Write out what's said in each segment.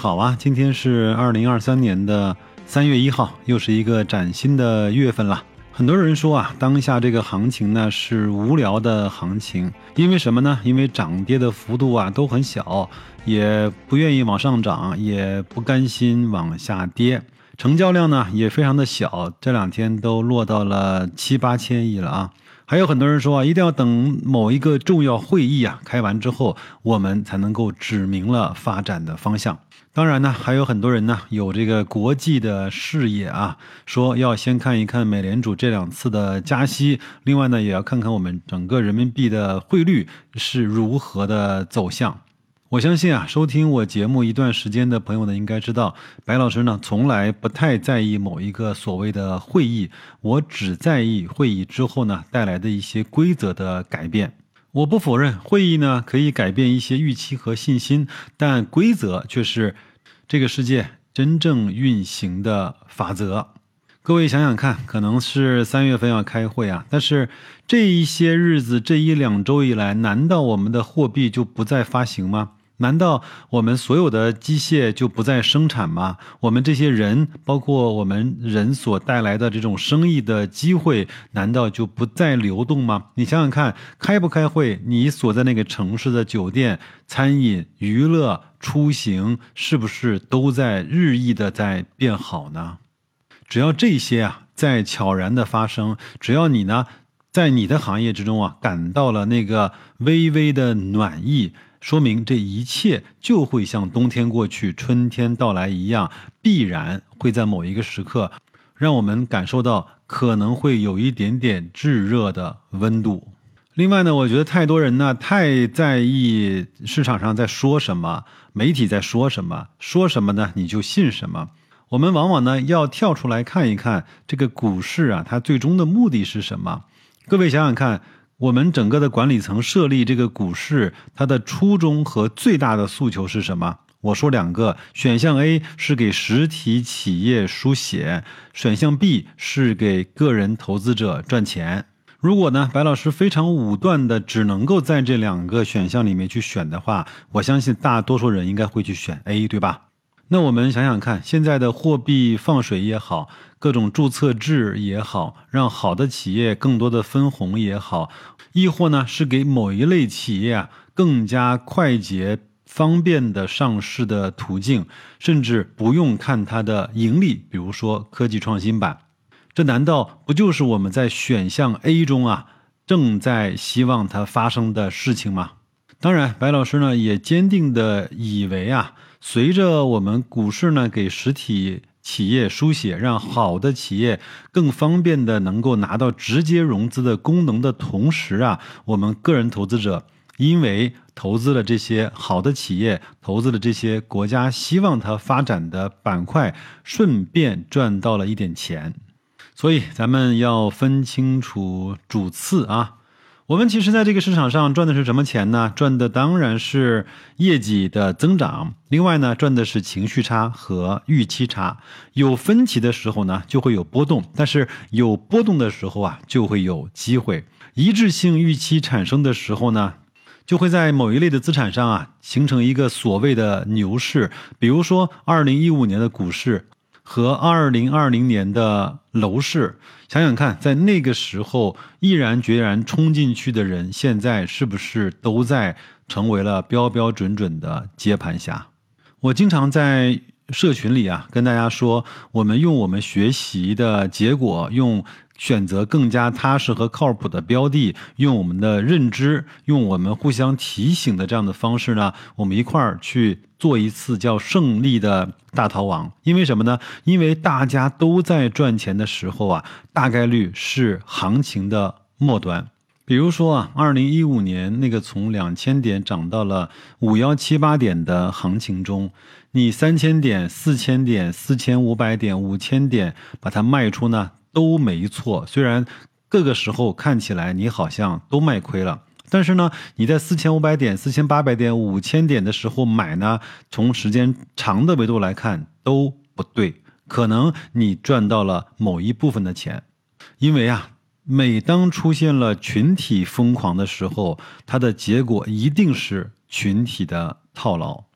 好啊，今天是2023年的3月1号，又是一个崭新的月份了。很多人说啊，当下这个行情呢是无聊的行情，因为什么呢？因为涨跌的幅度啊都很小，也不愿意往上涨，也不甘心往下跌，成交量呢也非常的小，这2天都落到了7、8千亿了啊。还有很多人说啊，一定要等某一个重要会议啊开完之后，我们才能够指明了发展的方向。当然呢，还有很多人呢有这个国际的视野啊，说要先看一看美联储这2次的加息，另外呢也要看看我们整个人民币的汇率是如何的走向。我相信啊，收听我节目一段时间的朋友呢，应该知道白老师呢从来不太在意某一个所谓的会议，我只在意会议之后呢带来的一些规则的改变。我不否认会议呢可以改变一些预期和信心，但规则却是这个世界真正运行的法则。各位想想看，可能是3月份要开会啊，但是这一些日子，这1、2周以来，难道我们的货币就不再发行吗？难道我们所有的机械就不再生产吗？我们这些人，包括我们人所带来的这种生意的机会，难道就不再流动吗？你想想看，开不开会，你所在那个城市的酒店、餐饮、娱乐、出行，是不是都在日益的在变好呢？只要这些啊在悄然的发生，只要你呢在你的行业之中啊感到了那个微微的暖意，说明这一切就会像冬天过去春天到来一样，必然会在某一个时刻让我们感受到可能会有一点点炙热的温度。另外呢，我觉得太多人呢太在意市场上在说什么，媒体在说什么，说什么呢你就信什么。我们往往呢要跳出来看一看这个股市啊，它最终的目的是什么。各位想想看，我们整个的管理层设立这个股市，它的初衷和最大的诉求是什么？我说2个，选项 A 是给实体企业输血，选项 B 是给个人投资者赚钱。如果呢白老师非常武断的只能够在这2个选项里面去选的话，我相信大多数人应该会去选 A， 对吧？那我们想想看，现在的货币放水也好，各种注册制也好，让好的企业更多的分红也好，亦或呢是给某一类企业啊更加快捷方便的上市的途径，甚至不用看它的盈利，比如说科技创新板，这难道不就是我们在选项 A 中啊正在希望它发生的事情吗？当然白老师呢也坚定的以为啊，随着我们股市呢给实体企业输血，让好的企业更方便的能够拿到直接融资的功能的同时啊，我们个人投资者因为投资了这些好的企业，投资了这些国家希望它发展的板块，顺便赚到了一点钱。所以咱们要分清楚主次啊。我们其实在这个市场上赚的是什么钱呢？赚的当然是业绩的增长，另外呢赚的是情绪差和预期差。有分歧的时候呢就会有波动，但是有波动的时候啊就会有机会。一致性预期产生的时候呢，就会在某一类的资产上啊形成一个所谓的牛市。比如说2015年的股市和2020年的楼市，想想看，在那个时候毅然决然冲进去的人，现在是不是都在成为了标标准准的接盘侠？我经常在社群里啊跟大家说，我们用我们学习的结果，用选择更加踏实和靠谱的标的，用我们的认知，用我们互相提醒的这样的方式呢，我们一块儿去做一次叫胜利的大逃亡。因为什么呢？因为大家都在赚钱的时候啊，大概率是行情的末端。比如说啊，2015年那个从2000点涨到了5178点的行情中，你3000点、4000点、4500点、5000点把它卖出呢都没错，虽然各个时候看起来你好像都卖亏了，但是呢你在4500点、4800点、5000点的时候买呢，从时间长的维度来看都不对，可能你赚到了某一部分的钱。因为啊每当出现了群体疯狂的时候，它的结果一定是群体的套牢。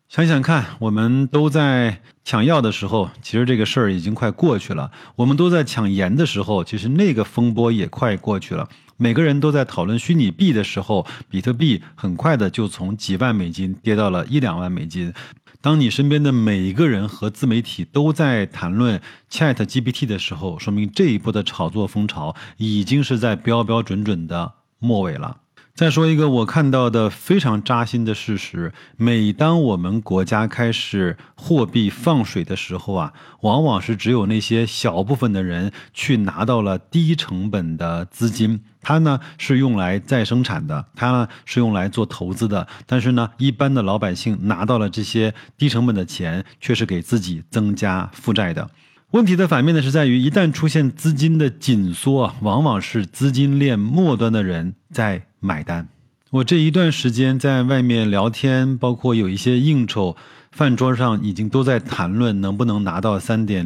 想想看，我们都在抢药的时候，其实这个事儿已经快过去了；我们都在抢盐的时候，其实那个风波也快过去了。每个人都在讨论虚拟币的时候，比特币很快的就从几万美金跌到了1-2万美金。当你身边的每一个人和自媒体都在谈论 ChatGPT 的时候，说明这一波的炒作风潮已经是在标标准准的末尾了。再说一个我看到的非常扎心的事实，每当我们国家开始货币放水的时候啊，往往是只有那些小部分的人去拿到了低成本的资金，它呢是用来再生产的，它呢是用来做投资的，但是呢一般的老百姓拿到了这些低成本的钱，却是给自己增加负债的。问题的反面呢是在于，一旦出现资金的紧缩啊，往往是资金链末端的人在买单。我这一段时间在外面聊天，包括有一些应酬，饭桌上已经都在谈论能不能拿到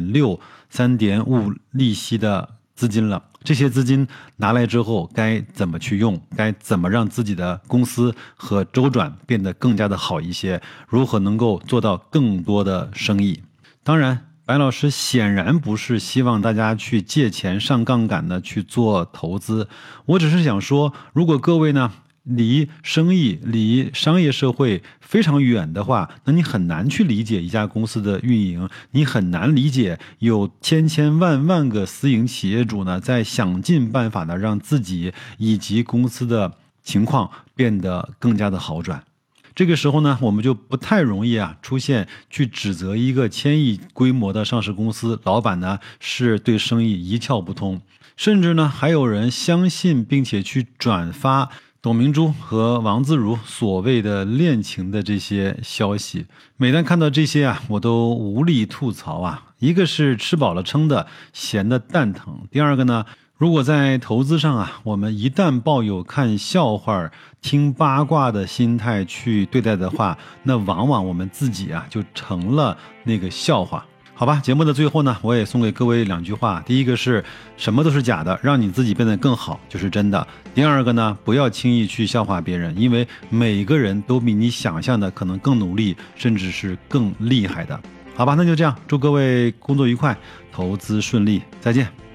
3.6、3.5利息的资金了。这些资金拿来之后该怎么去用，该怎么让自己的公司和周转变得更加的好一些，如何能够做到更多的生意。当然白老师显然不是希望大家去借钱上杠杆的去做投资，我只是想说，如果各位呢离生意、离商业社会非常远的话，那你很难去理解一家公司的运营，你很难理解有千万个私营企业主呢在想尽办法的让自己以及公司的情况变得更加的好转。这个时候呢，我们就不太容易出现去指责一个1000亿规模的上市公司老板呢是对生意一窍不通，甚至呢还有人相信并且去转发董明珠和王自如所谓的恋情的这些消息。每当看到这些我都无力吐槽一个是吃饱了撑的，闲的蛋疼；第二个呢，如果在投资上我们一旦抱有看笑话、听八卦的心态去对待的话，那往往我们自己就成了那个笑话。好吧，节目的最后呢，我也送给各位2句话。第一个是什么都是假的，让你自己变得更好就是真的。第二个呢，不要轻易去笑话别人，因为每个人都比你想象的可能更努力，甚至是更厉害的。好吧，那就这样，祝各位工作愉快，投资顺利，再见。